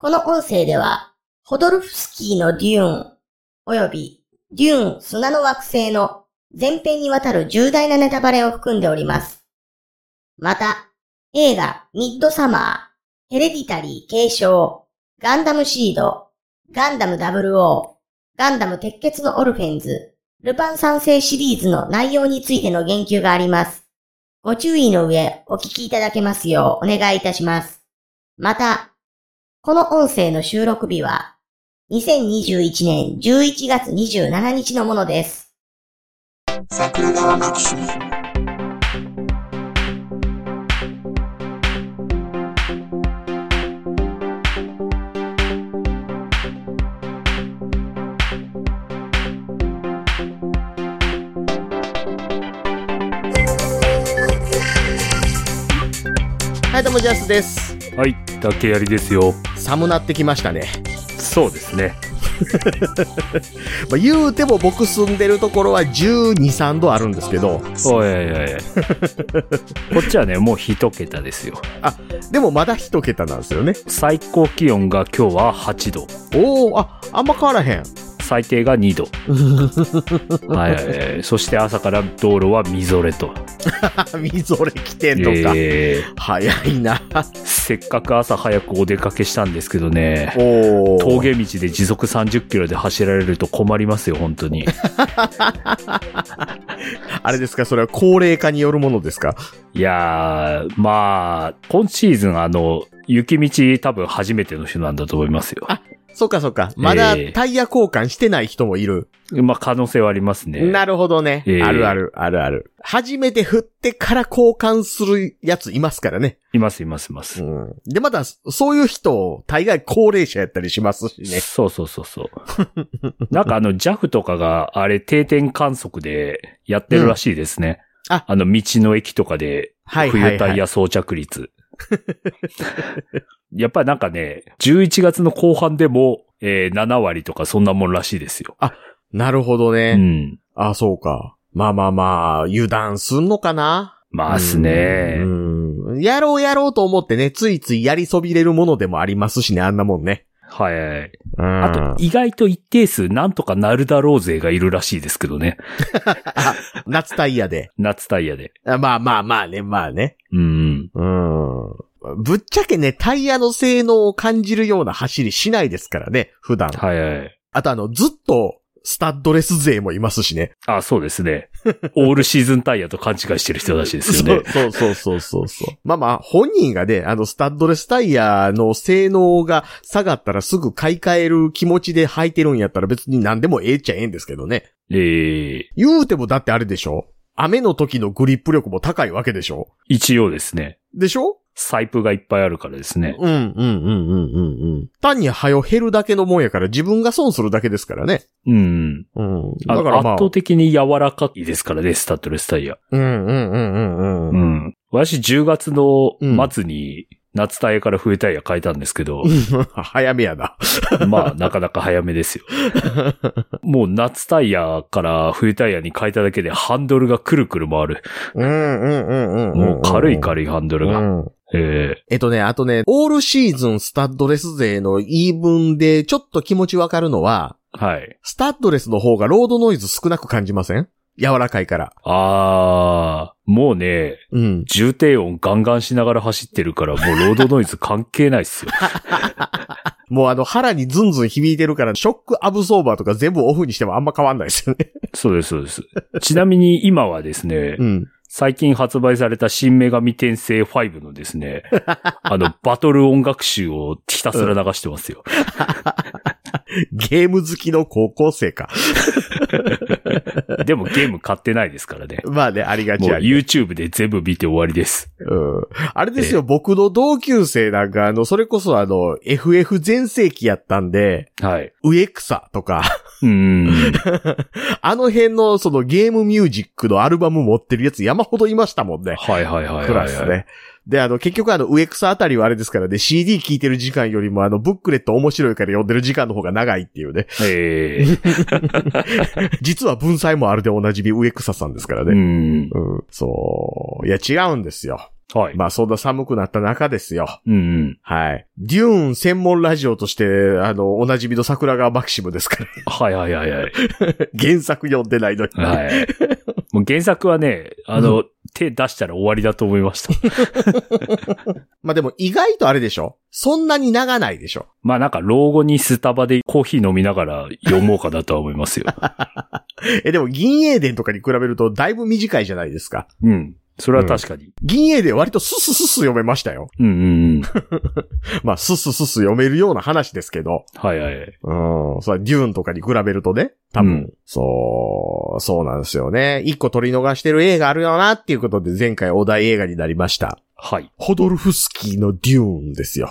この音声では、ホドルフスキーのデューン、およびデューン砂の惑星の前編にわたる重大なネタバレを含んでおります。また、映画ミッドサマー、ヘレディタリー継承、ガンダムシード、ガンダム00、ガンダム鉄血のオルフェンズ、ルパン三世シリーズの内容についての言及があります。ご注意の上、お聞きいただけますようお願いいたします。また、この音声の収録日は、2021年11月27日のものです。 桜川マキシム。 はい、どうもジャスです。 はい、竹槍ですよ。 寒なってきましたね。 そうですね。 まあ言うても僕住んでるところは12、3度あるんですけど。 おいおいおい。こっちはね、もう一桁ですよ。 あ、でもまだ一桁なんですよね。 最高気温が今日は8度。 おー、あんま変わらへん。 最低が2度。はいはい。そして朝から道路はみぞれと。 みぞれ来てんのか。早いな。 せっかく朝早くお出かけしたんですけどね。峠道で時速30キロで走られると困りますよ、本当に。 あれですか、それは高齢化によるものですか？ いやー、まあ、今シーズン雪道多分初めての人なんだと思いますよ。 あ、そうかそうか。まだタイヤ交換してない人もいる。 まあ、可能性はありますね。 なるほどね。あるある、あるある。初めて振ってから交換するやついますからね。 います。うん。 で、また、そういう人、大概高齢者やったりしますしね。 そう。なんかJAF とかがあれ定点観測でやってるらしいですね。道の駅とかで、冬タイヤ装着率。やっぱりなんかね、11月の後半でも、7割とかそんなもんらしいですよ。 あ、なるほどね。 うん。 あ、そうか。まあ、油断すんのかな？ まあすね。 やろうと思ってね、ついついやりそびれるものでもありますしね、あんなもんね。 はい。あと、意外と一定数なんとかなるだろう勢がいるらしいですけどね。 夏タイヤで。 まあね。ぶっちゃけね、タイヤの性能を感じるような走りしないですからね、普段。 はい。あとずっと、スタッドレス勢もいますしね。 あ、そうですね。オールシーズンタイヤと勘違いしてる人らしいですよね。 そう。まあ、本人がね、スタッドレスタイヤの性能が下がったらすぐ買い替える気持ちで履いてるんやったら別に何でもええっちゃええんですけどね。言うてもだってあれでしょ？雨の時のグリップ力も高いわけでしょ？ 一応ですね。 でしょ？ サイプがいっぱいあるからですね。 単に減るだけのもんやから自分が損するだけですからね。 だから圧倒的に柔らかいですからね、スタッドレスタイヤ。私10月の末に夏タイヤから冬タイヤ変えたんですけど。 早めやな。 まあ、なかなか早めですよ。もう夏タイヤから冬タイヤに変えただけでハンドルがくるくる回る。もう軽いハンドルが。 あとね、オールシーズンスタッドレス勢の言い分でちょっと気持ちわかるのは、 はい。 スタッドレスの方がロードノイズ少なく感じません？柔らかいから。 もうね、重低音ガンガンしながら走ってるからもうロードノイズ関係ないっすよ。 もう腹にズンズン響いてるからショックアブソーバーとか全部オフにしてもあんま変わんないですよね。そうです。ちなみに今はですね、最近発売された新女神転生5のですね、バトル音楽集をひたすら流してますよ。 ゲーム好きの高校生か。 でもゲーム買ってないですからね。 まあね、ありがちもう YouTube で全部見て終わりです。 あれですよ、僕の同級生なんかそれこそFF 全盛期やったんで、 はい。 植草とか、あの辺のそのゲームミュージックのアルバム持ってるやつ山ほどいましたもんね。 はい。 クラスね。で、結局植草あたりはあれですからね、CD 聴いてる時間よりもブックレット面白いから読んでる時間の方が長いっていうね。実は文才もあるでおなじみ植草さんですからね。そう。いや、違うんですよ。 はい。 まあそんな寒くなった中ですよ。 うんうん。 はい。デューン専門ラジオとして、おなじみの桜川マキシムですから。 はいはいはいはい。 原作読んでないのに。 はい。もう原作はね、手出したら終わりだと思いました。 まあでも意外とあれでしょ？そんなに長ないでしょ？ まあなんか老後にスタバでコーヒー飲みながら読もうかなとは思いますよ。 でも銀英伝とかに比べるとだいぶ短いじゃないですか。 うん。それは確かに。 銀英伝割とスススス読めましたよ。 うんうんうん。 まあスススス読めるような話ですけど。 はいはい。 それはデューンとかに比べるとね。多分、そうなんですよね。一個取り逃してる映画あるよなっていうことで前回お題映画になりました。 はい。 ホドルフスキーのデューンですよ。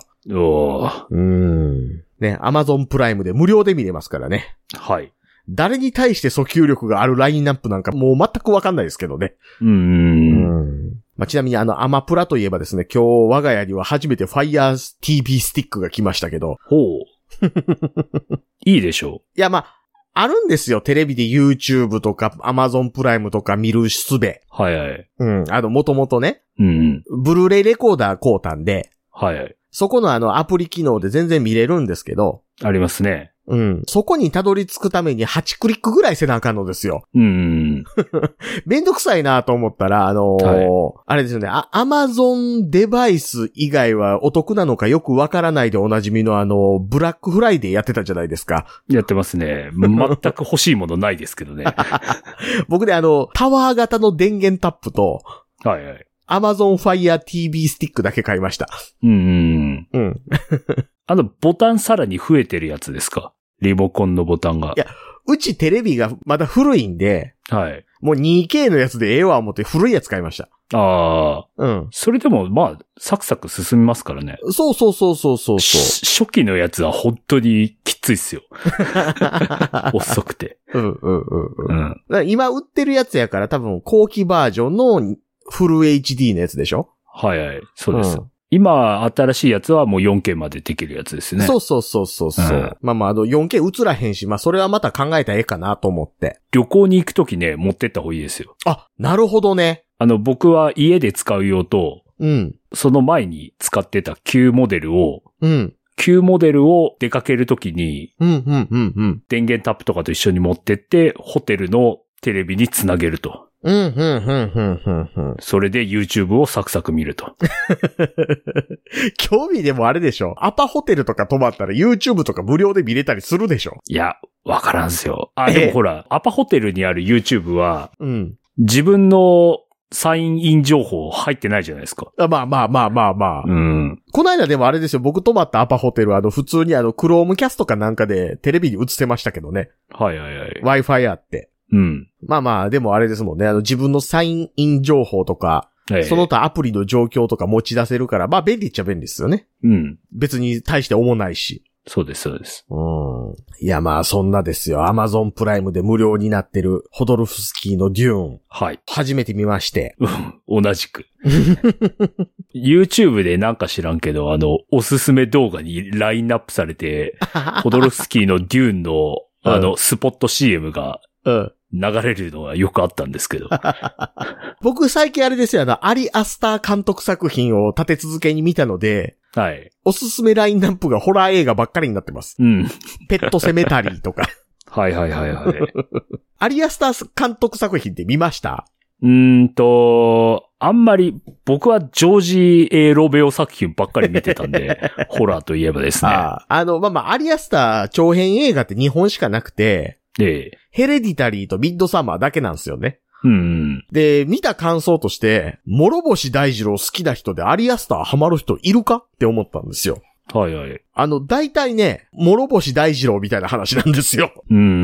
ね、Amazon プライムで無料で見れますからね。 はい。 誰に対して訴求力があるラインナップなんかもう全くわかんないですけどね。まあ、ちなみにアマプラといえばですね、今日我が家には初めて Fire TV スティックが来ましたけど。 ほう。いいでしょう。 いや、まあ、あるんですよ。テレビで YouTube とか Amazon プライムとか見る術。 はいはい。 もともとね。ブルーレイレコーダー買うたんで。 はいはい。そこのアプリ機能で全然見れるんですけど。 ありますね。 そこにたどり着くために8クリックぐらいせなあかんのですよ。めんどくさいなと思ったら、あれですよね、Amazon デバイス以外はお得なのかよくわからないでおなじみのブラックフライデーやってたじゃないですか。 やってますね。全く欲しいものないですけどね。 僕ね、タワー型の電源タップと、 はいはい。 Amazon Fire TV スティックだけ買いました。 ボタンさらに増えてるやつですか？リモコンのボタンが。 いや、うちテレビがまだ古いんで、 はい。 もう 2K のやつでええわ思って古いやつ買いました。 ああ。それでも、まあ、サクサク進みますからね。 そう。 初期のやつは本当にきついっすよ。遅くて。今売ってるやつやから多分後期バージョンのフル HD のやつでしょ？はいはい。そうです。今、新しいやつはもう 4K までできるやつですね。そう。まあ、4K 映らへんし、まあ、それはまた考えたらええかなと思って。旅行に行くときね、持ってった方がいいですよ。あ、なるほどね。僕は家で使う用と、その前に使ってた旧モデルを、旧モデルを出かけるときに、電源タップとかと一緒に持ってって、ホテルのテレビにつなげると。それで YouTube をサクサク見ると。興味でもあれでしょ。アパホテルとか泊まったら YouTube とか無料で見れたりするでしょ。いや、わからんすよ。でもほら、アパホテルにある YouTube は、自分のサインイン情報入ってないじゃないですか。まあ。この間でもあれですよ。僕泊まったアパホテルは普通にChrome キャストかなんかでテレビに映ってましたけどね。はい。Wi-Fi あって。まあ、でもあれですもんね。自分のサインイン情報とか、その他アプリの状況とか持ち出せるから、まあ便利っちゃ便利ですよね。別に大して重ないし。そうです。いや、まあそんなですよ。Amazon プライムで無料になってるホドルフスキーのデューン。はい。初めて見まして。同じく。YouTube でなんか知らんけど、おすすめ動画にラインナップされて、ホドルフスキーのデューンの、スポット CM が、流れるのはよくあったんですけど。僕最近あれですよ、アリ・アスター監督作品を立て続けに見たので、はい。おすすめラインナップがホラー映画ばっかりになってます。ペットセメタリーとか。はい。アリ・アスター監督作品って見ました？あんまり、僕はジョージ・ロベオ作品ばっかり見てたんで、ホラーといえばですね。アリ・アスター長編映画って2本しかなくて、ヘレディタリーとミッドサマーだけなんですよね。で、見た感想として、諸星大二郎好きな人でアリアスターハマる人いるかって思ったんですよ。はい。大体ね、諸星大二郎みたいな話なんですよ。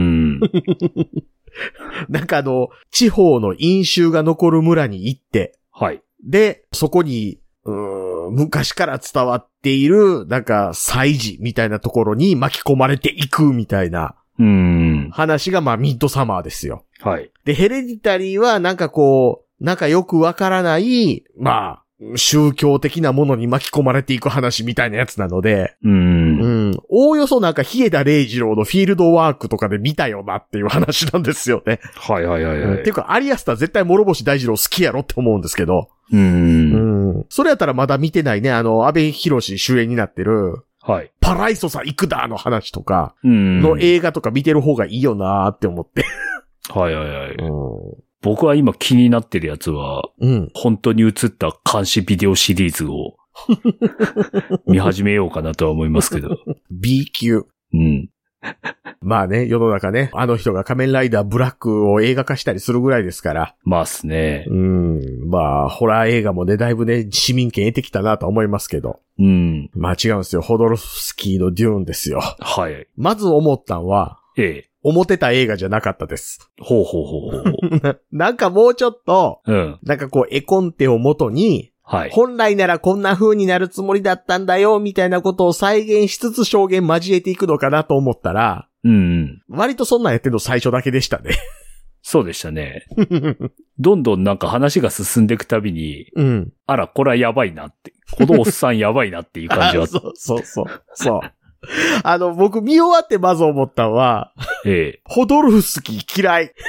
なんか地方の飲酒が残る村に行って、はい。で、そこに、昔から伝わっている、なんか、祭事みたいなところに巻き込まれていくみたいな。話がミッドサマーですよ。はい。で、ヘレディタリーはなんかよくわからない、 宗教的なものに巻き込まれていく話みたいなやつなので、おおよそなんか、日枝礼二郎のフィールドワークとかで見たよなっていう話なんですよね。 はいはいはいはい。 っていうか、アリアスター絶対諸星大二郎好きやろって思うんですけど。それやったらまだ見てないね、安倍博主演になってる、 はい。 パライソサ行くだの話とか、の映画とか見てる方がいいよなーって思って。 はいはいはい。僕は今気になってるやつは、本当に映った監視ビデオシリーズを見始めようかなとは思いますけど。 B 級。まあね、世の中ね、あの人が仮面ライダーブラックを映画化したりするぐらいですから。 まあっすね。 まあ、ホラー映画もね、だいぶね、市民権得てきたなと思いますけど。まあ違うんですよ。ホドロフスキーのデューンですよ。 はい。 まず思ったんは、思ってた映画じゃなかったです。 ほう。 なんかもうちょっと、なんかこう、絵コンテを元に、本来ならこんな風になるつもりだったんだよ、みたいなことを再現しつつ証言交えていくのかなと思ったら、割とそんなんやってるの最初だけでしたね。 そうでしたね。どんどんなんか話が進んでいくたびに、あら、これはやばいなって、このおっさんやばいなっていう感じは。 そう。僕見終わってまず思ったのは、ホドロフスキー嫌い。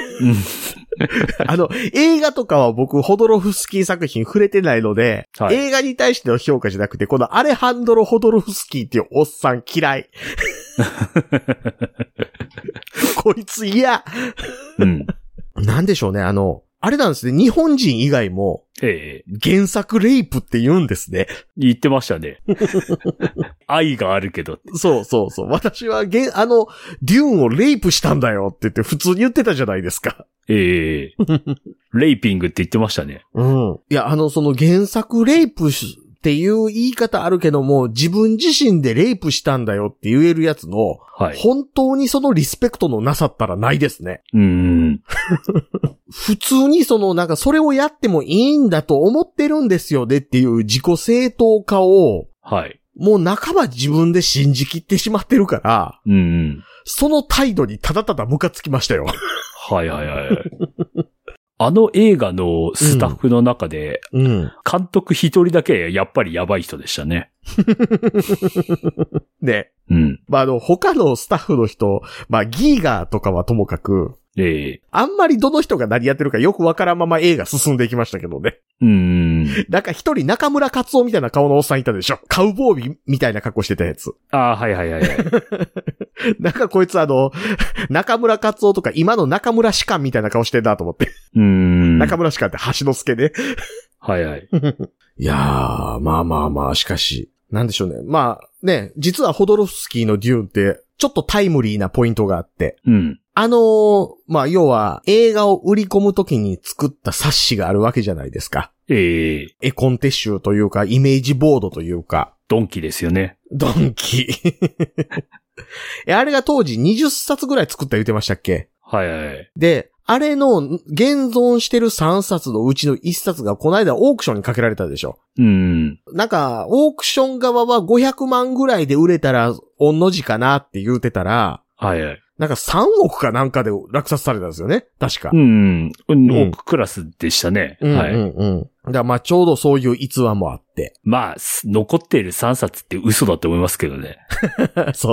映画とかは僕、ホドロフスキー作品触れてないので、映画に対しての評価じゃなくて、このアレハンドロ・ホドロフスキーっていうおっさん嫌い。こいつ嫌。なんでしょうね、あれなんですね、日本人以外も、原作レイプって言うんですね。 言ってましたね。愛があるけど。 そう。私はデューンをレイプしたんだよって言って普通に言ってたじゃないですか。 レイピングって言ってましたね。 いや、その原作レイプっていう言い方あるけども、自分自身でレイプしたんだよって言えるやつの、本当にそのリスペクトのなさったらないですね。普通になんかそれをやってもいいんだと思ってるんですよねっていう自己正当化を、もう半ば自分で信じきってしまってるから、その態度にただただムカつきましたよ。あの映画のスタッフの中で、監督一人だけやっぱりやばい人でしたね。 ね。まあ、他のスタッフの人、まあ、ギーガーとかはともかく、あんまりどの人が何やってるかよくわからんまま映画進んでいきましたけどね。なんか一人中村克夫みたいな顔のおっさんいたでしょ。カウボーイみたいな格好してたやつ。 はい。 なんかこいつ中村克夫とか今の中村士官みたいな顔してんだと思って。中村士官って橋之助ね。いやー、まあ、しかし、なんでしょうね。まあね、実はホドロフスキーのデューンって、ちょっとタイムリーなポイントがあって。まあ、要は、映画を売り込むときに作った冊子があるわけじゃないですか。絵コンテ集というか、イメージボードというか。 ドンキですよね。 ドンキ。あれが当時20冊ぐらい作った言ってましたっけ？で、あれの現存してる3冊のうちの1冊がこの間オークションにかけられたでしょ。なんか、オークション側は500万ぐらいで売れたら、御の字かなって言うてたら、なんか3億かなんかで落札されたんですよね。確か。 億クラスでしたね。 だからまあちょうどそういう逸話もあって。 まあ、残っている3冊って嘘だと思いますけどね。 そう。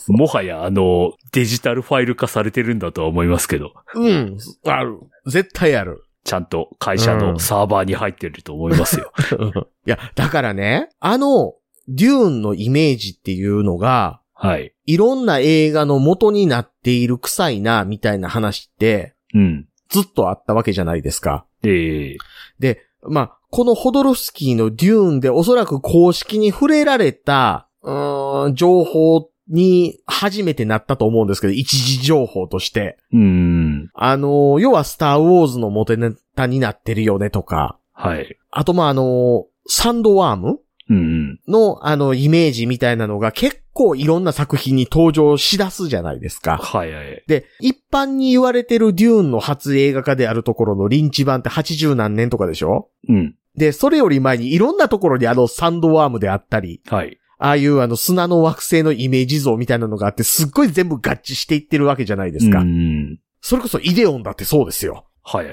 もはやデジタルファイル化されてるんだとは思いますけど。 ある。絶対ある。 ちゃんと会社のサーバーに入ってると思いますよ。 いや、だからね、デューンのイメージっていうのが、いろんな映画の元になっている臭いな、みたいな話って、ずっとあったわけじゃないですか。で、まあ、このホドロフスキーのデューンでおそらく公式に触れられた、情報に初めてなったと思うんですけど、一時情報として。要はスターウォーズの元ネタになってるよねとか。あとまあサンドワームのイメージみたいなのが結構いろんな作品に登場しだすじゃないですか。で、一般に言われてるデューンの初映画化であるところのリンチ版って80何年とかでしょ？で、それより前にいろんなところにサンドワームであったり、ああいう砂の惑星のイメージ像みたいなのがあって、すっごい全部合致していってるわけじゃないですか。それこそイデオンだってそうですよ。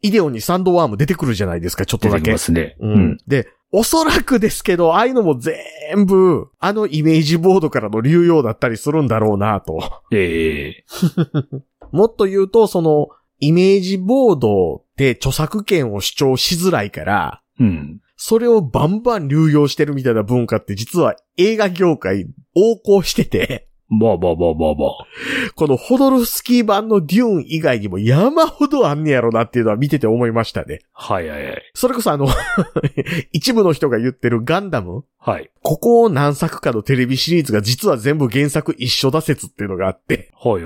イデオンにサンドワーム出てくるじゃないですか、ちょっとだけ。 出てきますね。 うん。で、おそらくですね。 うん。 で、おそらくですけど、ああいうのも全部、イメージボードからの流用だったりするんだろうなと。もっと言うと、その、イメージボードって著作権を主張しづらいから、 うん。 それをバンバン流用してるみたいな文化って実は映画業界横行してて、 まあ。 このホドルフスキー版のデューン以外にも山ほどあんねやろなっていうのは見てて思いましたね。 はい。 それこそ一部の人が言ってるガンダム。 はい。 ここ何作かのテレビシリーズが実は全部原作一緒だ説っていうのがあって。 はい。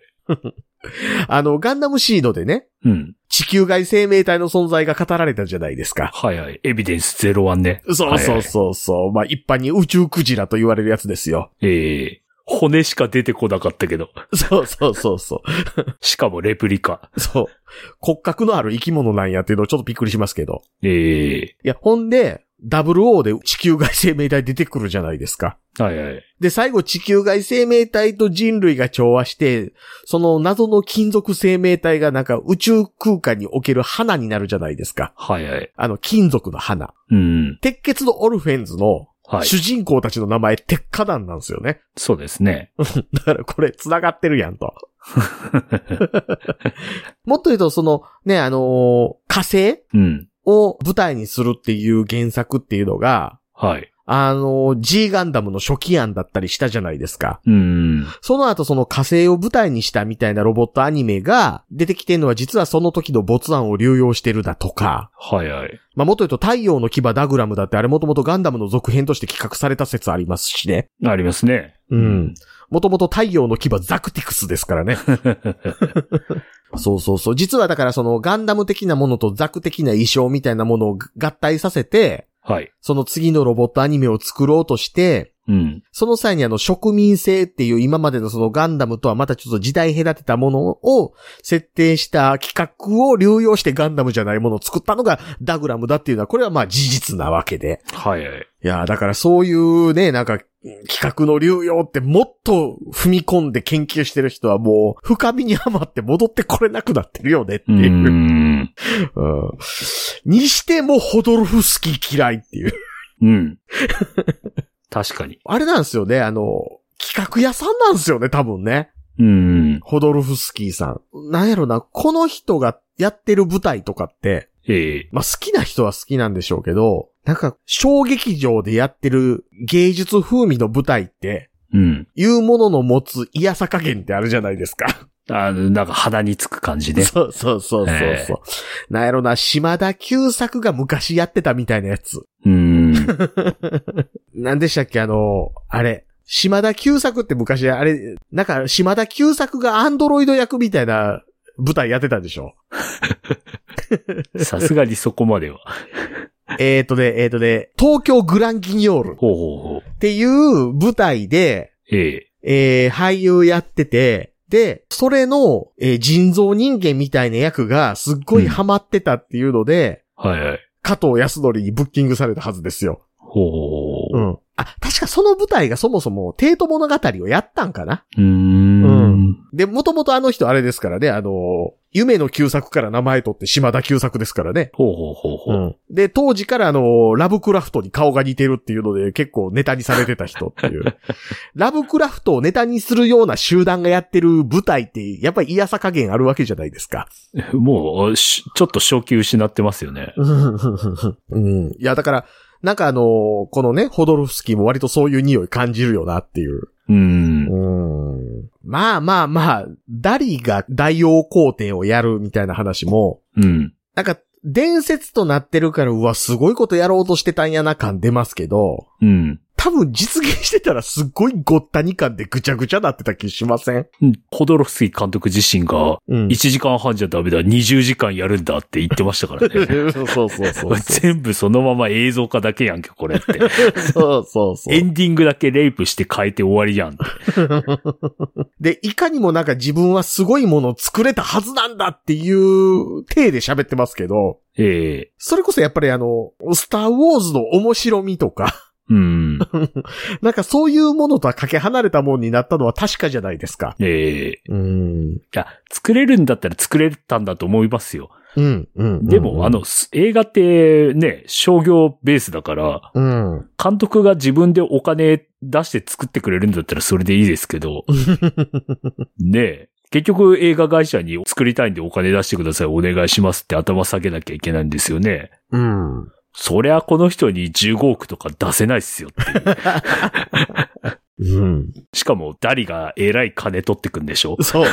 ガンダムシードでね。 うん。 地球外生命体の存在が語られたじゃないですか。 はい。エビデンス01ね。 そう。まあ、一般に宇宙クジラと言われるやつですよ。 骨しか出てこなかったけど。 そう。 しかもレプリカ。 そう。骨格のある生き物なんやっていうのをちょっとびっくりしますけど。いや、ほんで、00で地球外生命体出てくるじゃないですか。 はい。 で、最後地球外生命体と人類が調和して、その謎の金属生命体がなんか宇宙空間における花になるじゃないですか。 はい。 金属の花。 うん。 鉄血のオルフェンズのはい、 主人公たちの名前、鉄火団なんですよね。 そうですね。 だからこれ繋がってるやんと。もっと言うと、その、ね、火星、を舞台にするっていう原作っていうのが、 はい。 G ガンダムの初期案だったりしたじゃないですか。 その後その火星を舞台にしたみたいなロボットアニメが出てきてるのは実はその時の没案を流用してるだとか。 はい。 まあ、もっと言うと太陽の牙ダグラムだってあれもともとガンダムの続編として企画された説ありますしね。 ありますね。 もともと太陽の牙ザクティクスですからね。そう。実はだからそのガンダム的なものとザク的な衣装みたいなものを合体させて、 はい。 その次のロボットアニメを作ろうとして、その際に植民性っていう今までのそのガンダムとはまたちょっと時代隔てたものを設定した企画を流用してガンダムじゃないものを作ったのがダグラムだっていうのはこれはまあ事実なわけで。 はい。 いや、だからそういうね、なんか企画の流用ってもっと踏み込んで研究してる人はもう深みにはまって戻ってこれなくなってるよねっていう。にしてもホドルフスキー嫌いっていう。 確かに。 あれなんですよね、企画屋さんなんですよね、多分ね。ホドルフスキーさん。なんやろな、この人がやってる舞台とかって、まあ好きな人は好きなんでしょうけど、なんか小劇場でやってる芸術風味の舞台って、いうものの持つ嫌さ加減ってあるじゃないですか。 なんか肌につく感じね。 そう。なんやろな、島田久作が昔やってたみたいなやつ。なんでしたっけ、あれ。島田久作って昔、あれ、なんか島田久作がアンドロイド役みたいな舞台やってたでしょ。 さすがにそこまでは。 東京グランギニョール。っていう舞台で、俳優やってて、で、それの、人造人間みたいな役がすっごいハマってたっていうので、加藤康則にブッキングされたはずですよ。確かその舞台がそもそも帝都物語をやったんかな。で、もともとあの人あれですからね、夢の旧作から名前取って島田旧作ですからね。で、当時からラブクラフトに顔が似てるっていうので結構ネタにされてた人っていう。ラブクラフトをネタにするような集団がやってる舞台ってやっぱり嫌さ加減あるわけじゃないですか。 もう、ちょっと正気失ってますよね。 いや、だから、なんかこのね、ホドルフスキーも割とそういう匂い感じるよなっていう。まあ、ダリが大王皇帝をやるみたいな話も、なんか、伝説となってるから、うわ、すごいことやろうとしてたんやな感出ますけど、多分実現してたらすっごいごったに感でぐちゃぐちゃなってた気しません？ ホドロフスキー監督自身が、1時間半じゃダメだ、20時間やるんだって言ってましたからね。 そう。 全部そのまま映像化だけやんけ、これって。 そう。 エンディングだけレイプして変えて終わりやん。 で、いかにもなんか自分はすごいものを作れたはずなんだっていう体で喋ってますけど、それこそやっぱりスターウォーズの面白みとか、なんかそういうものとはかけ離れたものになったのは確かじゃないですか。 いや、作れるんだったら作れたんだと思いますよ。 うん、うん。 でも、映画ってね、商業ベースだから、 うん。 監督が自分でお金出して作ってくれるんだったらそれでいいですけど、ね、結局映画会社に作りたいんでお金出してください、お願いしますって頭下げなきゃいけないんですよね。 うん。 そりゃこの人に15億とか出せないっすよっていう。 うん。 しかも、ダリがえらい金取ってくんでしょ？ そう。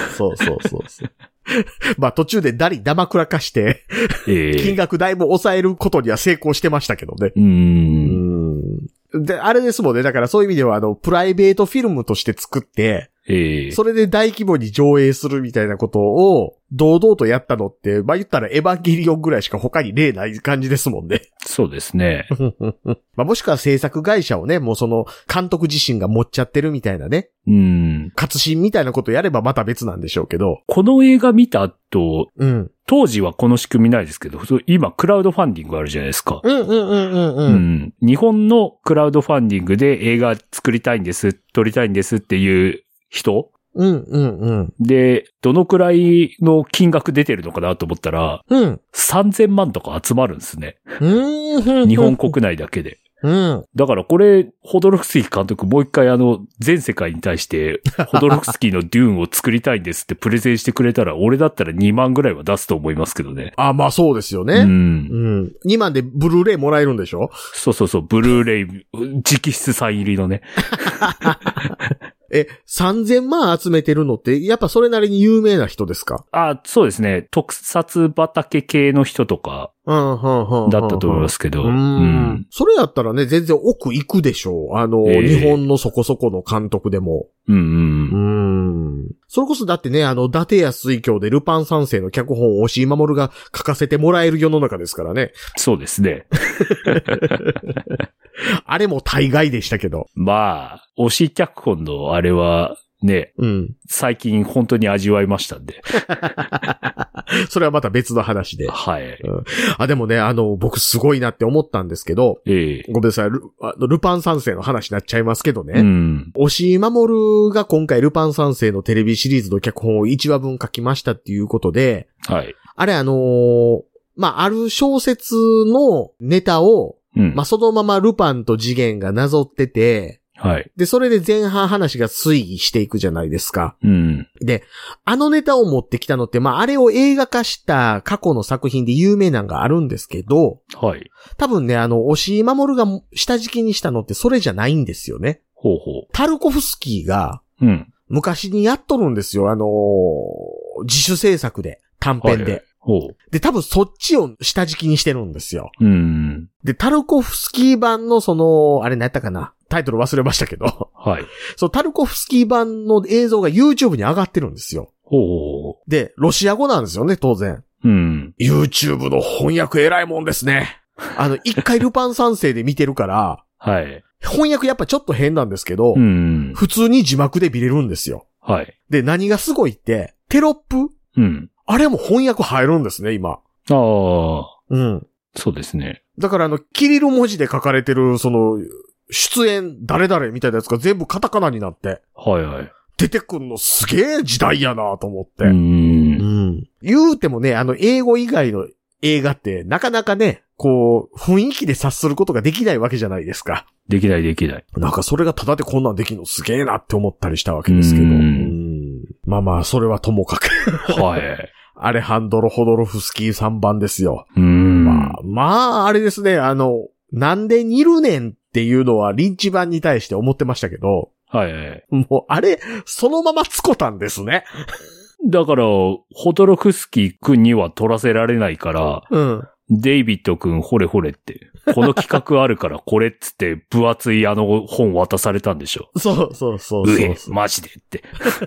まあ途中でダリダマくらかして、金額だいぶ抑えることには成功してましたけどね。で、あれですもんね。だからそういう意味ではプライベートフィルムとして作って、それで大規模に上映するみたいなことを堂々とやったのって、まあ言ったらエヴァンゲリオンぐらいしか他に例ない感じですもんね。 そうですね。 まあもしくは制作会社をね、もうその監督自身が持っちゃってるみたいなね。活心みたいなことやればまた別なんでしょうけど。 この映画見た後、当時はこの仕組みないですけど、今クラウドファンディングあるじゃないですか。日本のクラウドファンディングで映画作りたいんです、撮りたいんですっていう人で、どのくらいの金額出てるのかなと思ったら、3000万とか集まるんですね。日本国内だけで。だからこれ、ホドロフスキー監督もう一回全世界に対して、ホドロフスキーのデューンを作りたいんですってプレゼンしてくれたら、俺だったら2万ぐらいは出すと思いますけどね。 あ、まあそうですよね。2万でブルーレイもらえるんでしょ？ そう、ブルーレイ、直筆サイン入りのね。 3000万集めてるのって、やっぱそれなりに有名な人ですか？ あ、そうですね。特撮畑系の人とか、だったと思いますけど。 それやったらね、全然奥行くでしょう。日本のそこそこの監督でも。それこそだってね、伊達や水郷でルパン三世の脚本を押井守が書かせてもらえる世の中ですからね。 そうですね。 あれも大概でしたけど。 まあ、押井脚本のあれは、ね、最近本当に味わいましたんで。 それはまた別の話で。 はい。 でもね、僕すごいなって思ったんですけど、ごめんなさい、ルパン三世の話になっちゃいますけどね。押井守が今回ルパン三世のテレビシリーズの脚本を1話分書きましたっていうことで、 はい。 あれまあ、ある小説のネタを、まあ、そのままルパンと次元がなぞってて、 はい。 で、それで前半話が推移していくじゃないですか。で、ネタを持ってきたのって、まあ、あれを映画化した過去の作品で有名なのがあるんですけど、 はい。 多分ね、押井守が下敷きにしたのってそれじゃないんですよね。タルコフスキーが、昔にやっとるんですよ。自主制作で、短編で。で、多分そっちを下敷きにしてるんですよ。で、タルコフスキー版のあれ何やったかな？タイトル忘れましたけど。 はい。 タルコフスキー版の映像が YouTube に上がってるんですよ。で、ロシア語なんですよね、当然。YouTube の翻訳偉いもんですね。一回ルパン三世で見てるから、 はい。 翻訳やっぱちょっと変なんですけど、普通に字幕で見れるんですよ。 はい。 で、何がすごいって、テロップ？あれも翻訳入るんですね、今。 そうですね。 だからキリル文字で書かれてる、出演誰々みたいなやつが全部カタカナになって。 はいはい。 出てくんのすげえ時代やなと思って。言うてもね、英語以外の映画ってなかなかね、こう、雰囲気で察することができないわけじゃないですか。 できない。 なんかそれがただでこんなんできるのすげえなって思ったりしたわけですけど。まあ、それはともかく。 はい。 アレハンドロ・ホドロフスキー3番ですよ。まあ、あれですね、なんで似るねんっていうのはリンチ版に対して思ってましたけど。 はい。 もう、あれ、そのままつこたんですね。 だから、ホドロフスキー君には取らせられないから、デイビッド君ほれほれって、この企画あるからこれっつって分厚い本渡されたんでしょ。 そう。 マジでって。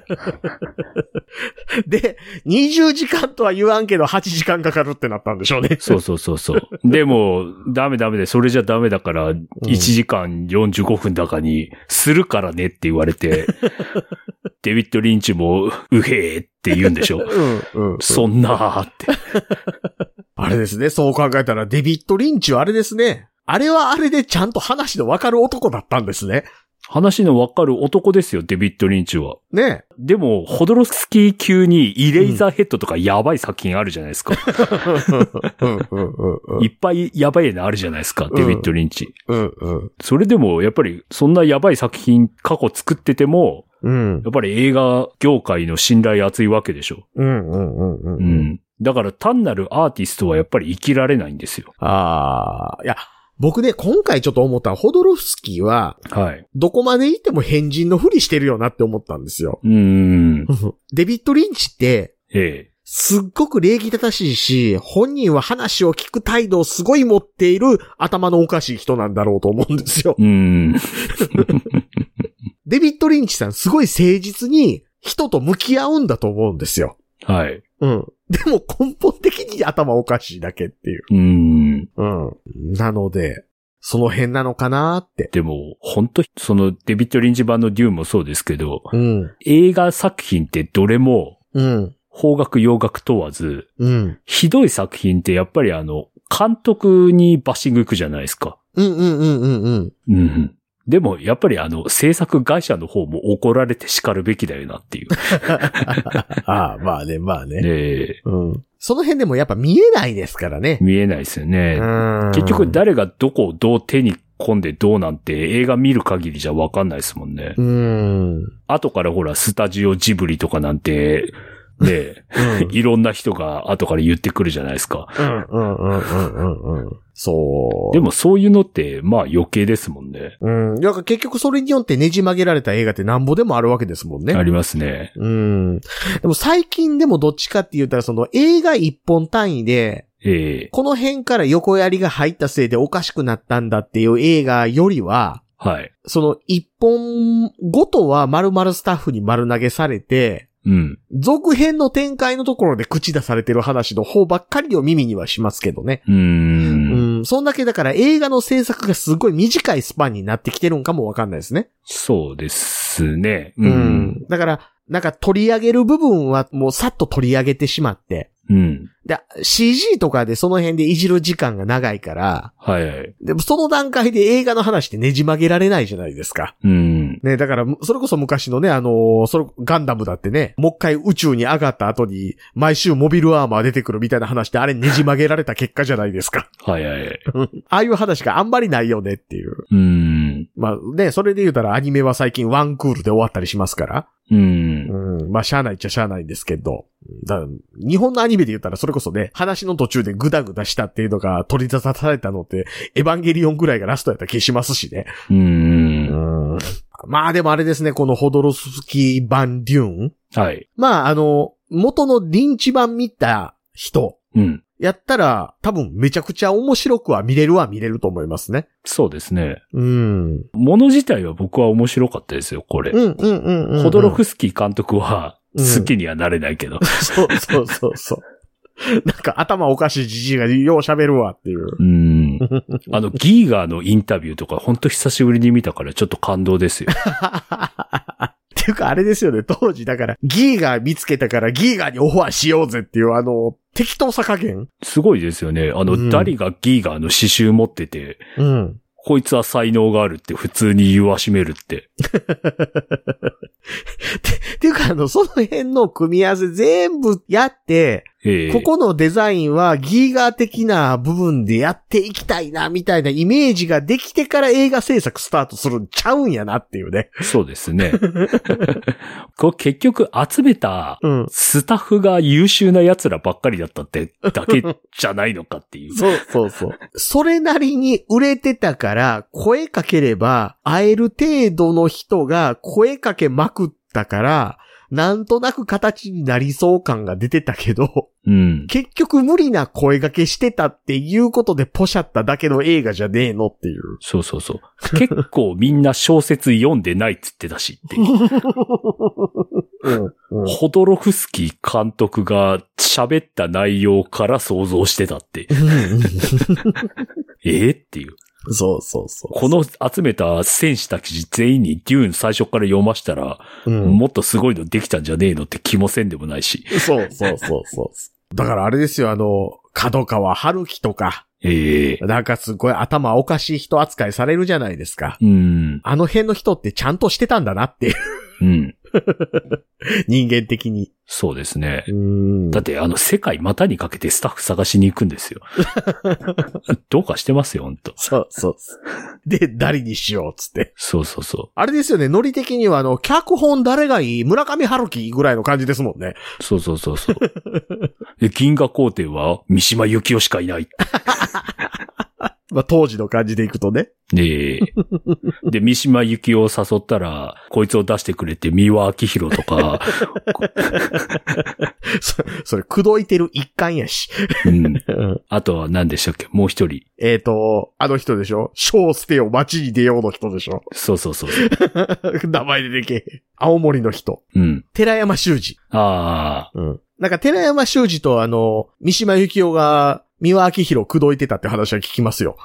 で、20時間とは言わんけど8時間かかるってなったんでしょうね。 そう。でも、ダメ、それじゃダメだから、1時間45分だかにするからねって言われて、デビッド・リンチも、うへーって言うんでしょ。そんなーって。 あれですね、そう考えたらデビッド・リンチはあれですね。あれはあれでちゃんと話のわかる男だったんですね。 話のわかる男ですよ、デビッド・リンチは。 ね。 でも、ホドロフスキー級にイレイザーヘッドとかやばい作品あるじゃないですか。いっぱいやばいのあるじゃないですか、デビッド・リンチ。それでも、やっぱり、そんなやばい作品過去作ってても、やっぱり映画業界の信頼厚いわけでしょ。だから単なるアーティストはやっぱり生きられないんですよ。 いや、僕ね、今回ちょっと思った、ホドロフスキーは、はい。どこまで行っても変人のふりしてるよなって思ったんですよ。デビッド・リンチって、すっごく礼儀正しいし、本人は話を聞く態度をすごい持っている頭のおかしい人なんだろうと思うんですよ。デビッド・リンチさんすごい誠実に人と向き合うんだと思うんですよ。はい。でも根本的に頭おかしいだけっていう。なので、その辺なのかなって。 でも、本当そのデビッド・リンチ版のデューンもそうですけど、映画作品ってどれも、邦楽洋楽問わず、ひどい作品ってやっぱり監督にバッシングいくじゃないですか。でも、やっぱり制作会社の方も怒られて叱るべきだよなっていう。 まあね。その辺でもやっぱ見えないですからね。 見えないですよね。結局誰がどこをどう手に込んでどうなんて映画見る限りじゃわかんないですもんね。後からほら、スタジオジブリとかなんて、ねいろんな人が後から言ってくるじゃないですか。 そう。 でもそういうのって、まあ余計ですもんね。 だから結局それによってねじ曲げられた映画ってなんぼでもあるわけですもんね。 ありますね。 でも最近でもどっちかって言ったらその映画一本単位で、この辺から横やりが入ったせいでおかしくなったんだっていう映画よりは、はい。その一本ごとは丸々スタッフに丸投げされて、続編の展開のところで口出されてる話の方ばっかりを耳にはしますけどね。そんだけだから映画の制作がすごい短いスパンになってきてるんかもわかんないですね。 そうですね。 だから、なんか取り上げる部分はもうさっと取り上げてしまって。で、CG とかでその辺でいじる時間が長いから、でもその段階で映画の話ってねじ曲げられないじゃないですか。ね、だから、それこそ昔のね、ガンダムだってね、もう一回宇宙に上がった後に、毎週モビルアーマー出てくるみたいな話ってあれねじ曲げられた結果じゃないですか。ああいう話があんまりないよねっていう。まあね、それで言うたらアニメは最近ワンクールで終わったりしますから。まあしゃあないっちゃしゃあないんですけど。日本のアニメで言ったらそれこそね、話の途中でグダグダしたっていうのが取り出されたのって、エヴァンゲリオンぐらいがラストやった気しますしね。まあでもあれですね、このホドロフスキー版デューン。まあ元のリンチ版見た人。やったら、多分めちゃくちゃ面白くは見れると思いますね。 そうですね。もの自体は僕は面白かったですよ、これ。ホドロフスキー監督は好きにはなれないけど。 そう。なんか頭おかしいじじいがよう喋るわっていう。 ギーガーのインタビューとかほんと久しぶりに見たからちょっと感動ですよ。 っていうかあれですよね、当時だからギーガー見つけたからギーガーにオファーしようぜっていう適当さ加減すごいですよね。ダリがギーガーの刺繍持ってて、こいつは才能があるって普通に言わしめるって。 っていうかその辺の組み合わせ全部やって、ここのデザインはギーガー的な部分でやっていきたいなみたいなイメージができてから映画制作スタートするんちゃうんやなっていうね。 そうですね。これ結局集めたスタッフが優秀な奴らばっかりだったってだけじゃないのかっていう。 そう。それなりに売れてたから声かければ会える程度の人が声かけまくったからなんとなく形になりそう感が出てたけど、結局無理な声掛けしてたっていうことでポシャっただけの映画じゃねえのっていう。 そう。結構みんな小説読んでないっつってたしっていう。ホドロフスキー監督が喋った内容から想像してたって。っていう。 そう。 この集めた戦士たち全員にデューン最初から読ましたら、もっとすごいのできたんじゃねえのって気もせんでもないし。 そう。だからあれですよ、角川春樹とか、 なんかすごい頭おかしい人扱いされるじゃないですか。あの辺の人ってちゃんとしてたんだなっていう。人間的に。 そうですね。だって世界股にかけてスタッフ探しに行くんですよ。どうかしてますよ、ほんと。 そう。で、誰にしよう、つって。 そう。 あれですよね、ノリ的には脚本誰がいい村上春樹ぐらいの感じですもんね。 そう。で、銀河皇帝は三島由紀夫しかいない。 まあ、当時の感じでいくとね。 で、三島由紀夫を誘ったら、こいつを出してくれって三輪明宏とか。 それ、口説いてる一環やし。 あとは何でしたっけもう一人。 あの人でしょ書を捨てよ街に出ようの人でしょそう。 名前ででけ。青森の人。寺山修司。なんか寺山修司と三島由紀夫が、三輪明宏口説いてたって話は聞きますよ。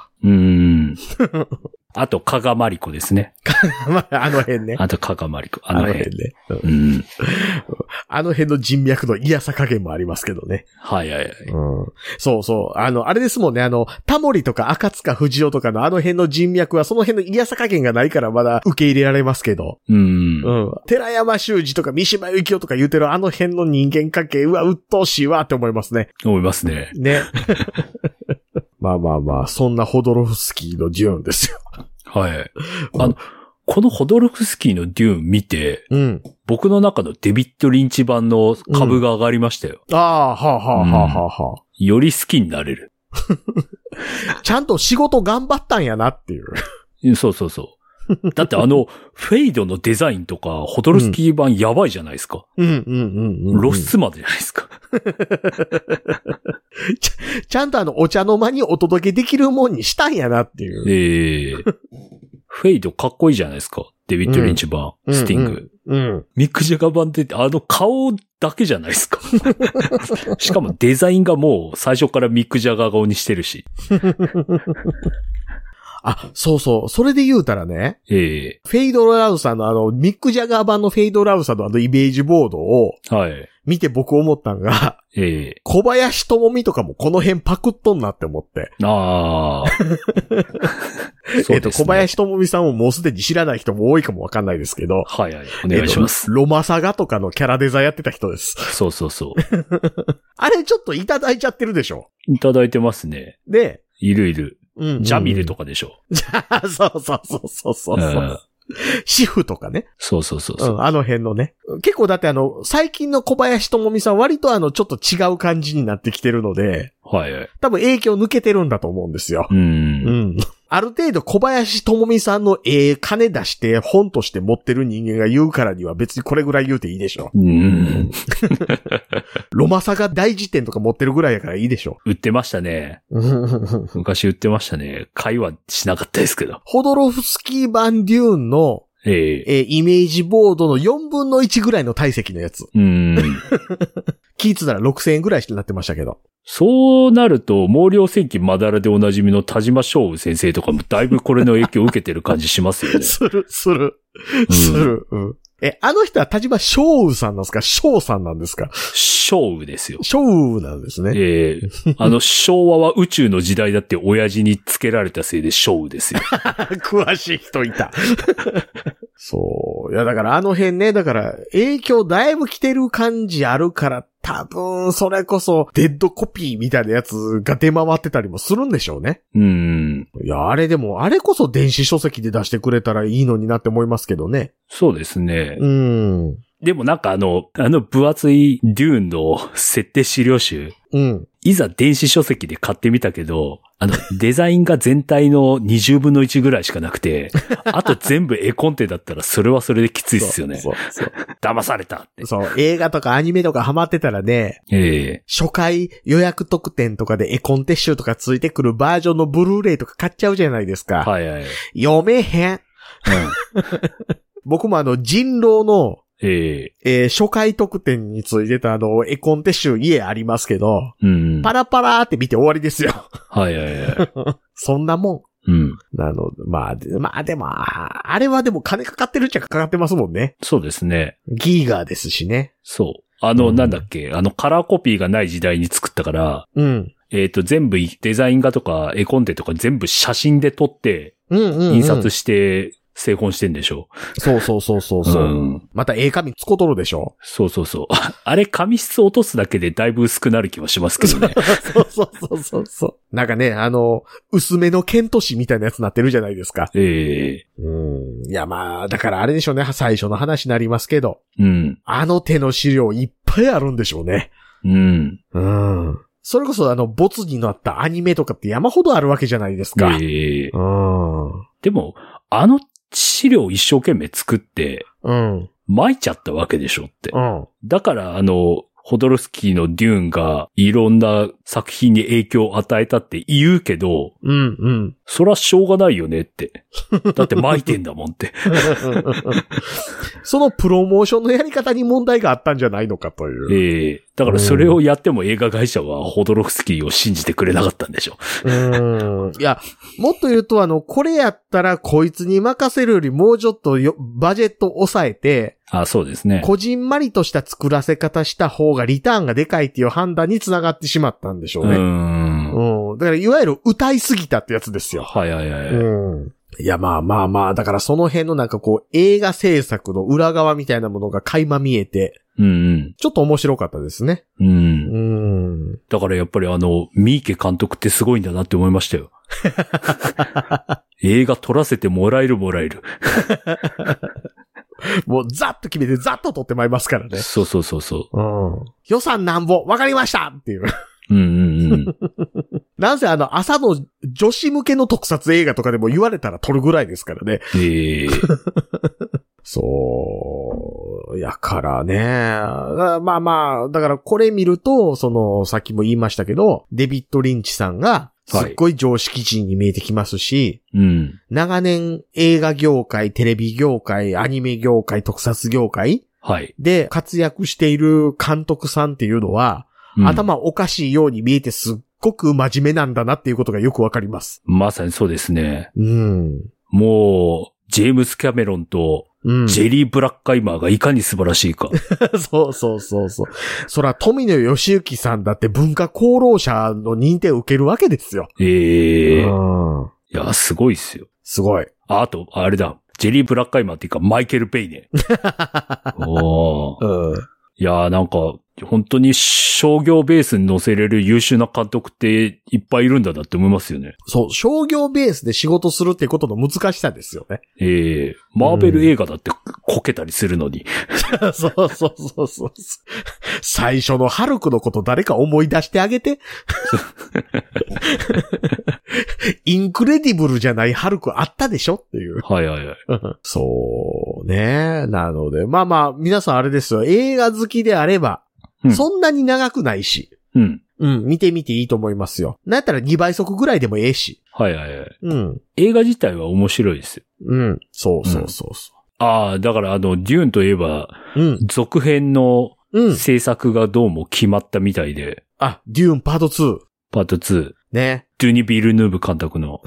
あと、加賀まりこですね。 あの辺ね。 あと、加賀まりこ。あの辺ね。あの辺の人脈の嫌さ加減もありますけどね。 はい。 そう。あれですもんね。タモリとか赤塚不二夫とかのあの辺の人脈はその辺の嫌さ加減がないからまだ受け入れられますけど。寺山修司とか三島由紀夫とか言うてるあの辺の人間関係、鬱陶しいわって思いますね。 思いますね。 ね。まあ、そんなホドロフスキーのデューンですよ。 はい。このホドロフスキーのデューン見て、僕の中のデビッド・リンチ版の株が上がりましたよ。 はあ。 より好きになれる。 ちゃんと仕事頑張ったんやなっていう。 そう。だってフェイドのデザインとか、ホドロフスキー版やばいじゃないですか。露出までじゃないですか。 ちゃんとお茶の間にお届けできるもんにしたんやなっていう。フェイドかっこいいじゃないですか。デビッド・リンチ版、スティング。ミック・ジャガー版って顔だけじゃないですか。しかもデザインがもう最初からミック・ジャガー顔にしてるし。 そう。それで言うたらね。フェイドラウサのミック・ジャガー版のフェイドラウサのイメージボードを。見て僕思ったんが。小林智美とかもこの辺パクっとんなって思って。小林智美さんをもうすでに知らない人も多いかもわかんないですけど。 はい。お願いします。 ロマサガとかのキャラデザやってた人です。 そう。 あれちょっといただいちゃってるでしょ。 いただいてますね。 で。 いる。ジャミルとかでしょ。 そう。シフとかね。 そう。 あの辺のね。結構だって最近の小林智美さん割とちょっと違う感じになってきてるので。多分影響抜けてるんだと思うんですよ。ある程度小林智美さんの金出して本として持ってる人間が言うからには別にこれぐらい言うていいでしょ。ロマサガ大辞典とか持ってるぐらいやからいいでしょ。 売ってましたね。昔売ってましたね。会話しなかったですけど。 ホドロフスキー版デューンのイメージボードの4分の1ぐらいの体積のやつ。聞いてたら6000円ぐらいしてなってましたけど。 そうなると、毛量戦記まだらでおなじみの田島翔先生とかもだいぶこれの影響を受けてる感じしますよね。 する。あの人は田島翔さんなんですか翔さんなんですか翔ですよ。 翔なんですね。 昭和は宇宙の時代だって親父につけられたせいで翔ですよ。 詳しい人いた。そう。いや、だからあの辺ね、だから影響だいぶ来てる感じあるから、多分、それこそ、デッドコピーみたいなやつが出回ってたりもするんでしょうね。いや、あれでも、あれこそ電子書籍で出してくれたらいいのになって思いますけどね。 そうですね。でもなんか分厚いデューンの設定資料集。いざ電子書籍で買ってみたけど、デザインが全体の20分の1ぐらいしかなくて、あと全部絵コンテだったらそれはそれできついっすよね。そう。騙されたって。 そう、映画とかアニメとかハマってたらね、初回予約特典とかで絵コンテ集とかついてくるバージョンのブルーレイとか買っちゃうじゃないですか。読めへん。僕も人狼の初回特典についてた絵コンテ集家ありますけど、パラパラーって見て終わりですよ。そんなもん。まあでも、あれはでも金かかってるっちゃかかってますもんね。 そうですね。 ギーガーですしね。 そう。 なんだっけ、カラーコピーがない時代に作ったから、 うん。 全部デザイン画とか絵コンテとか全部写真で撮って、印刷して製本してんでしょ。 そうそうそうそうそう、うん。また紙つことるでしょ。 そうそうそう。あれ紙質落とすだけでだいぶ薄くなる気はしますけどね。 そうそうそうそうそう。なんかね、薄めのケント紙みたいなやつになってるじゃないですか。いやまあ、だからあれでしょうね。最初の話になりますけど。 うん。 手の資料いっぱいあるんでしょうね。 うん。 うん。それこそ没になったアニメとかって山ほどあるわけじゃないですか。 でも、資料一生懸命作って、 うん。 巻いちゃったわけでしょって。 うん。 だからホドロフスキーのデューンがいろんな作品に影響を与えたって言うけど、 うんうん。 そらしょうがないよねって。だって巻いてんだもんって。 そのプロモーションのやり方に問題があったんじゃないのかという。だからそれをやっても映画会社はホドロフスキーを信じてくれなかったんでしょ。 いや、もっと言うとこれやったらこいつに任せるよりもうちょっとバジェット抑えて、 そうですね。 こじんまりとした作らせ方した方がリターンがでかいっていう判断につながってしまったんでしょうね。だからいわゆる歌いすぎたってやつですよ。 はいはいはい。 いやまあまあまあ、だからその辺のなんか映画制作の裏側みたいなものが垣間見えて、ちょっと面白かったですね。 だからやっぱり三池監督ってすごいんだなって思いましたよ。映画撮らせてもらえる。 もうざっと決めてざっと撮ってまいりますからね。 そうそうそうそう。 予算なんぼわかりましたっていう。なんせ朝の女子向けの特撮映画とかでも言われたら撮るぐらいですからね。そう。やからね。まあまあ、だからこれ見ると、さっきも言いましたけど、デビッド・リンチさんが、すっごい常識人に見えてきますし、長年映画業界、テレビ業界、アニメ業界、特撮業界で活躍している監督さんっていうのは、頭おかしいように見えてすっごく真面目なんだなっていうことがよくわかります。 まさにそうですね。もう、ジェームス・キャメロンと、ジェリー・ブラッカイマーがいかに素晴らしいか。 そうそうそうそう。そら、富野義行さんだって文化功労者の認定を受けるわけですよ。 いや、すごいっすよ。 すごい。 あと、あれだ。ジェリー・ブラッカイマーっていうか、マイケル・ペイね。いやーなんか、本当に商業ベースに乗せれる優秀な監督っていっぱいいるんだなって思いますよね。 そう、商業ベースで仕事するってことの難しさですよね。 マーベル映画だってこけたりするのに。 そうそうそうそう。最初のハルクのこと誰か思い出してあげて。インクレディブルじゃないハルクあったでしょっていう。 はいはいはい。 そうね。なので、まあまあ、皆さんあれですよ。映画好きであれば、そんなに長くないし。見てみていいと思いますよ。なんやったら2倍速ぐらいでもええし。 はいはいはい。映画自体は面白いですよ。 そうそうそうそう。 だからデューンといえば、続編の制作がどうも決まったみたいで。 デューンパート2。 パート2。 ね。 ドゥニ・ビルヌーブ監督の。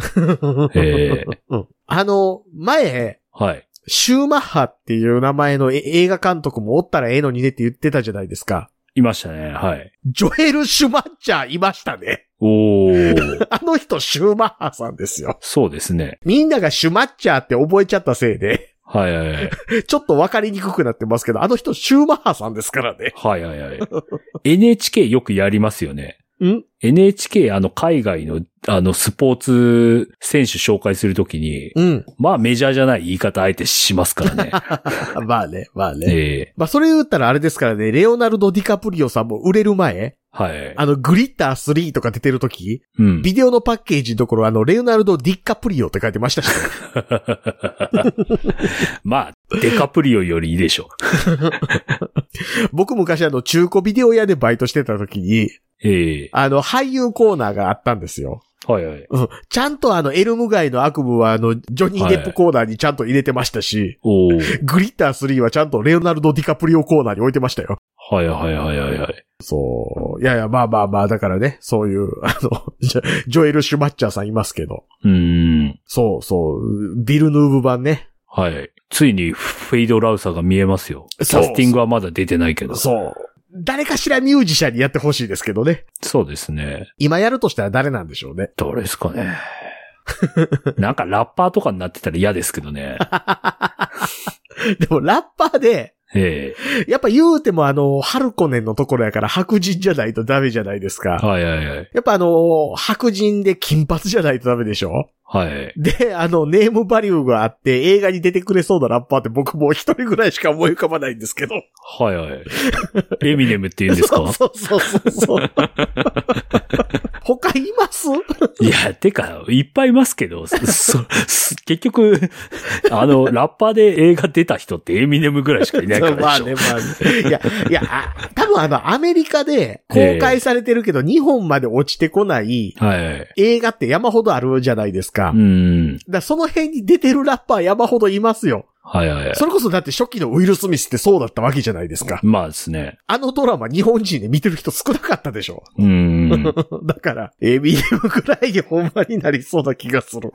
前、シューマッハっていう名前の映画監督もおったらええのにねって言ってたじゃないですか。 いましたね。はい。 ジョエル・シュマッチャーいましたね。あの人シューマッハさんですよ。 そうですね。 みんながシュマッチャーって覚えちゃったせいで。 はいはいはい。 ちょっとわかりにくくなってますけど、あの人シューマッハさんですからね。 はいはいはい。NHK よくやりますよね。NHK 海外のスポーツ選手紹介するときに、まあメジャーじゃない言い方あえてしますからね。 まあね。まあそれ言ったらあれですからね、レオナルド・ディカプリオさんも売れる前、 はい。 グリッター3とか出てるとき、ビデオのパッケージのところレオナルド・ディカプリオって書いてましたし、ね。 まあ、デカプリオよりいいでしょ。 僕昔中古ビデオ屋でバイトしてたときに、俳優コーナーがあったんですよ。 はいはい。 ちゃんとエルム街の悪夢はジョニー・デップコーナーにちゃんと入れてましたし、グリッター3はちゃんとレオナルド・ディカプリオコーナーに置いてましたよ。 はいはいはいはいはい。 そう。いやいや、まあまあまあ、だからね、そういう、ジョエル・シュマッチャーさんいますけど。そうそう。ビルヌーブ版ね。 はい。ついにフェイド・ラウサが見えますよ。キャスティングはまだ出てないけど。 そう。 誰かしらミュージシャンにやってほしいですけどね。 そうですね。 今やるとしたら誰なんでしょうね。 どれですかね。なんかラッパーとかになってたら嫌ですけどね。 でもラッパーで、やっぱ言うてもハルコネンのところやから白人じゃないとダメじゃないですか。 はいはいはい。 やっぱ白人で金髪じゃないとダメでしょ。 はい。 で、ネームバリューがあって映画に出てくれそうなラッパーって僕もう一人ぐらいしか思い浮かばないんですけど。 はいはい。エミネムって言うんですか？ そう。他いますいや、てか、いっぱいいますけど、結局、ラッパーで映画出た人ってエミネムぐらいしかいないからでしょ。 まあね。いや、多分アメリカで公開されてるけど、日本まで落ちてこない映画って山ほどあるじゃないですか。だその辺に出てるラッパー山ほどいますよ。はいはいはい。それこそだって初期のウィル・スミスってそうだったわけじゃないですか。 まあですね。 ドラマ日本人で見てる人少なかったでしょ。だから、エミネムぐらいでほんまになりそうな気がする。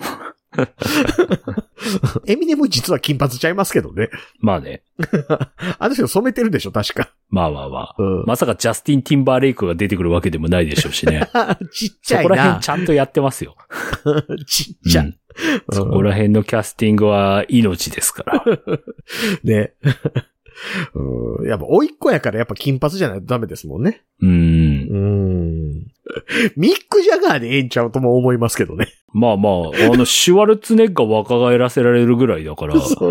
エミネム実は金髪ちゃいますけどね。 まあね。 あの人染めてるでしょ、確か。 まあ。まさかジャスティン・ティンバーレイクが出てくるわけでもないでしょうしね。 ちっちゃいな。 そこら辺ちゃんとやってますよ。 ちっちゃい。 そこら辺のキャスティングは命ですから。 ね。やっぱ、甥っ子やからやっぱ金髪じゃないとダメですもんね。ミック・ジャガーでええんちゃうとも思いますけどね。 まあ、シュワルツェネッガー若返らせられるぐらいだから。 そう。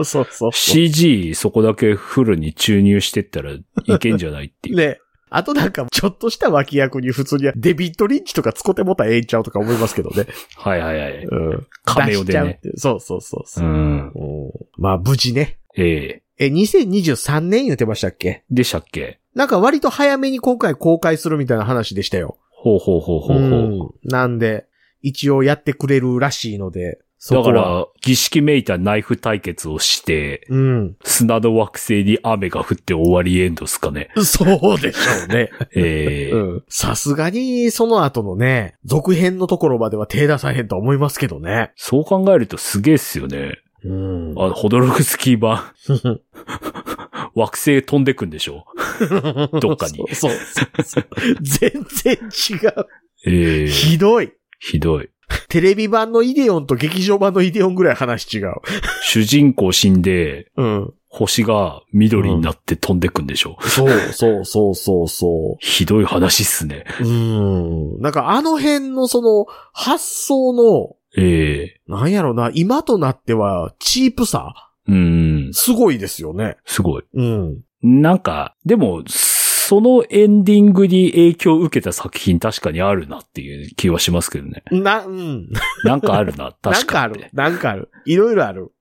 CG そこだけフルに注入してったらいけんじゃないっていう。 ね。あとなんか、ちょっとした脇役に普通にデビッド・リンチとか使ってもったらええんちゃうとか思いますけどね。 はい。カメオでね。 そう。まあ、無事ね。2023年言ってましたっけ？ でしたっけ？ なんか割と早めに今回公開するみたいな話でしたよ。 ほう。 なんで、一応やってくれるらしいので。 だから、儀式めいたナイフ対決をして、砂の惑星に雨が降って終わりエンドっすかね。 そうでしょうね。さすがに、その後のね、続編のところまでは手出さへんと思いますけどね。 そう考えるとすげえっすよね。ホドロフスキー版。惑星飛んでくんでしょどっかに。 そう。全然違う。ひどい。テレビ版のイデオンと劇場版のイデオンぐらい話違う。 主人公死んで、星が緑になって飛んでくんでしょ。 そう。 ひどい話っすね。 なんかあの辺のその発想の、なんやろな、今となってはチープさすごいですよね。 すごい。なんか、でも、そのエンディングに影響を受けた作品確かにあるなっていう気はしますけどね。なんかあるな、確かに。 なんかある。いろいろある。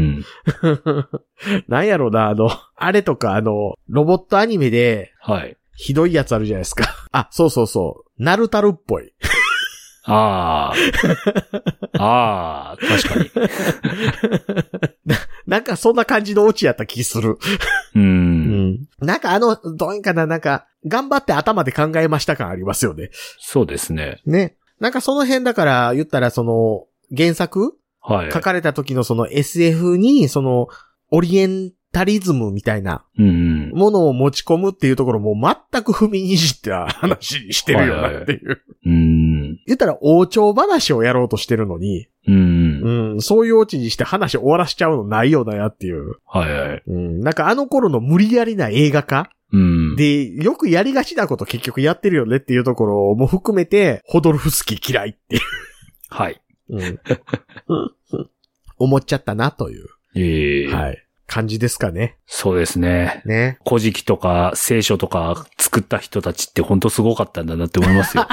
なんやろな、あれとかロボットアニメで、ひどいやつあるじゃないですか。あ、そう。ナルタルっぽい。 確かに。 なんかそんな感じのオチやった気する。なんかどういかな、なんか、頑張って頭で考えました感ありますよね。 そうですね。 ね。なんかその辺だから言ったら原作書かれた時のSF にオリエンタリズムみたいなものを持ち込むっていうところも全く踏みにじった話にしてるよなっていう。言ったら王朝話をやろうとしてるのに、そういうオチにして話終わらしちゃうのないよなやっていう。なんか頃の無理やりな映画化で、よくやりがちなこと結局やってるよねっていうところも含めて、ホドルフスキー嫌いっていう。思っちゃったなという。感じですかね。 そうですね。古事記とか聖書とか作った人たちって本当すごかったんだなって思いますよ。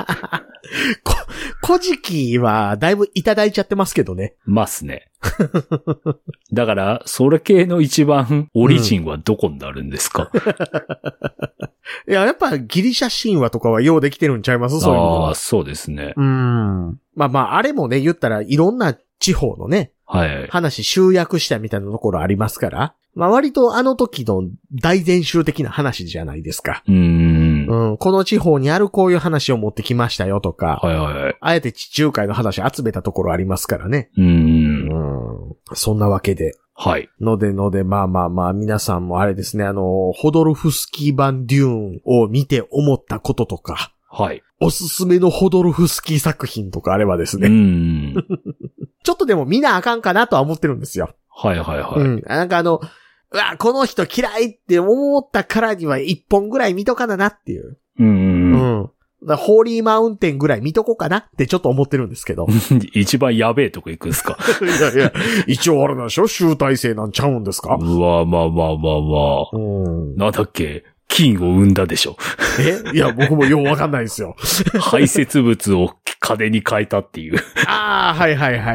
古事記はだいぶいただいちゃってますけどね。 ますね。だから、それ系の一番オリジンはどこになるんですか？ いや、やっぱギリシャ神話とかはようできてるんちゃいます？そういうのは。 そうですね。 あれもね、言ったらいろんな地方のね、話集約したみたいなところありますから、割と時の大全集的な話じゃないですか。この地方にあるこういう話を持ってきましたよとか、あえて地中海の話集めたところありますからね。そんなわけで。 はい。 ので、まあ、皆さんもあれですね、ホドルフスキー版デューンを見て思ったこととか、 はい。 おすすめのホドルフスキー作品とかあればですね。ちょっとでも見なあかんかなとは思ってるんですよ。 はいはいはい。 なんかうわ、この人嫌いって思ったからには一本ぐらい見とかなっていう。ホーリーマウンテンぐらい見とこうかなってちょっと思ってるんですけど。 一番やべえとこ行くんですか？ いや、一応あれなんでしょ？集大成なんちゃうんですか？ うわ、まあ。なんだっけ？金を生んだでしょ。 いや、僕もようわかんないですよ。 排泄物を金に変えたっていう。 ああ、はい。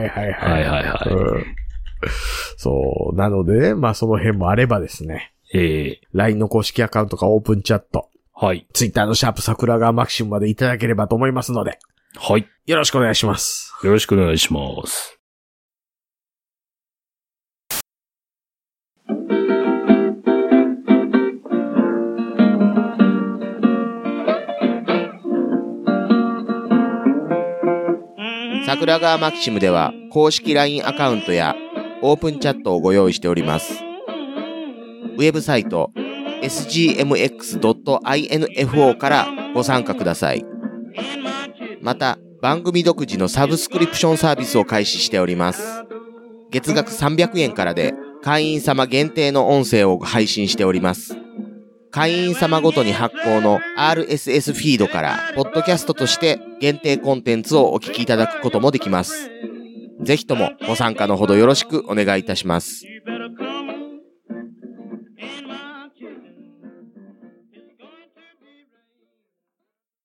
そう。なのでね、まあその辺もあればですね。LINE の公式アカウントかオープンチャット。 はい。 Twitter のシャープ桜川マキシムまでいただければと思いますので。 はい。 よろしくお願いします。 よろしくお願いします。 桜川マキシムでは公式 LINE アカウントやオープンチャットをご用意しております。ウェブサイト sgmx.info からご参加ください。また番組独自のサブスクリプションサービスを開始しております。月額300円からで会員様限定の音声を配信しております。会員様ごとに発行の RSS フィードからポッドキャストとして限定コンテンツをお聞きいただくこともできます。ぜひともご参加のほどよろしくお願いいたします。